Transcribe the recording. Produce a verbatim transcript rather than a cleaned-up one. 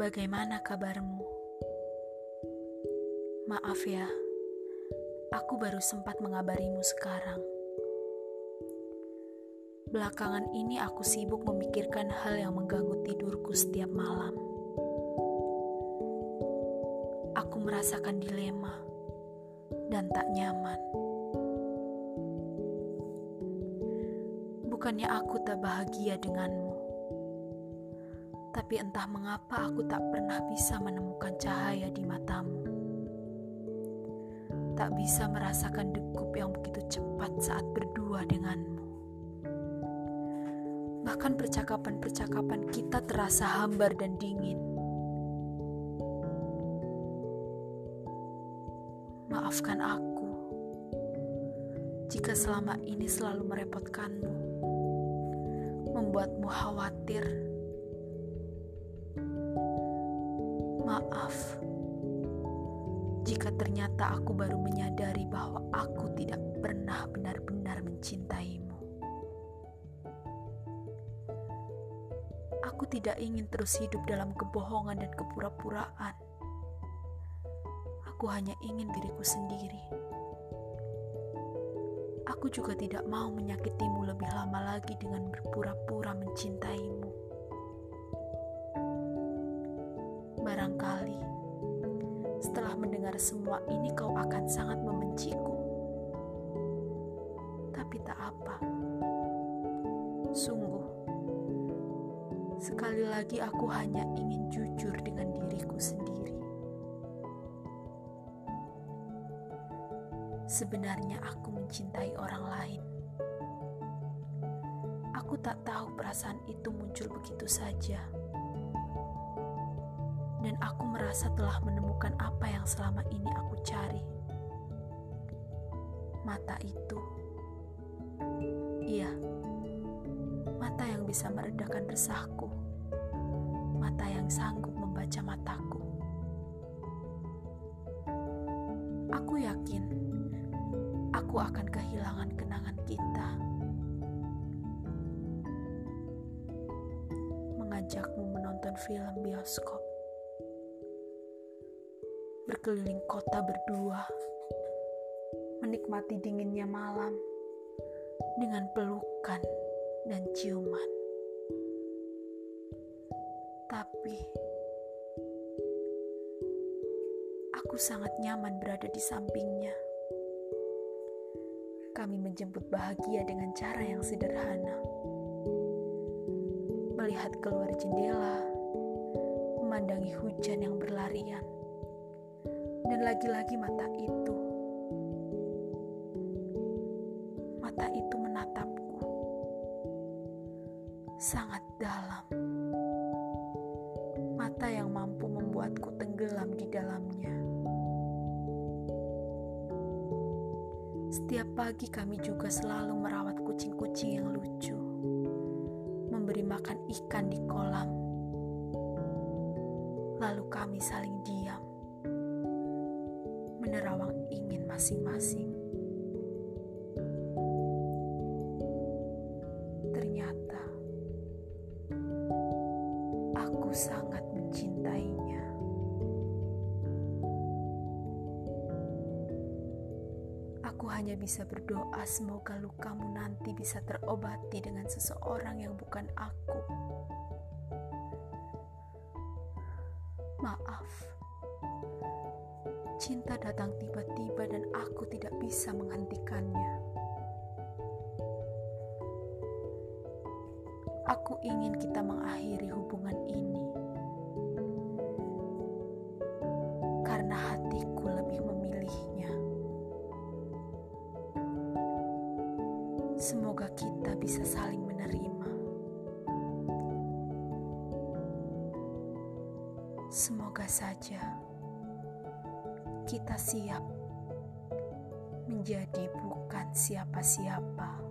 Bagaimana kabarmu? Maaf ya, aku baru sempat mengabarimu sekarang. Belakangan ini aku sibuk memikirkan hal yang mengganggu tidurku setiap malam. Aku merasakan dilema dan tak nyaman. Bukannya aku tak bahagia denganmu, tapi entah mengapa aku tak pernah bisa menemukan cahaya di matamu. Tak bisa merasakan degup yang begitu cepat saat berdua denganmu. Bahkan percakapan-percakapan kita terasa hambar dan dingin. Maafkan aku jika selama ini selalu merepotkanmu, membuatmu khawatir. Maaf jika ternyata aku baru menyadari bahwa aku tidak pernah benar-benar mencintaimu. Aku tidak ingin terus hidup dalam kebohongan dan kepura-puraan. Aku hanya ingin diriku sendiri. Aku juga tidak mau menyakitimu lebih lama lagi dengan berpura-pura mencintaimu. Barangkali setelah mendengar semua ini kau akan sangat membenciku. Tapi tak apa. Sungguh, sekali lagi aku hanya ingin jujur dengan diriku sendiri. Sebenarnya aku mencintai orang lain. Aku tak tahu perasaan itu muncul begitu saja. Dan aku merasa telah menemukan apa yang selama ini aku cari. Mata itu. Iya, mata yang bisa meredakan resahku. Mata yang sanggup membaca mataku. Aku yakin aku akan kehilangan kenangan kita. Mengajakmu menonton film bioskop. Berkeliling kota berdua, menikmati dinginnya malam dengan pelukan dan ciuman. Tapi aku sangat nyaman berada di sampingnya. Kami menjemput bahagia dengan cara yang sederhana. Melihat keluar jendela, memandangi hujan yang berlarian. Dan lagi-lagi mata itu, mata itu menatapku sangat dalam. Mata yang mampu membuatku tenggelam di dalamnya. Setiap pagi kami juga selalu merawat kucing-kucing yang lucu, memberi makan ikan di kolam. Lalu kami saling diam, menerawang ingin masing-masing. Ternyata aku sangat mencintainya. Aku hanya bisa berdoa semoga lukamu nanti bisa terobati dengan seseorang yang bukan aku. Maaf. Cinta datang tiba-tiba dan aku tidak bisa menghentikannya. Aku ingin kita mengakhiri hubungan ini. Karena hatiku lebih memilihnya. Semoga kita bisa saling menerima. Semoga saja kita siap menjadi bukan siapa-siapa.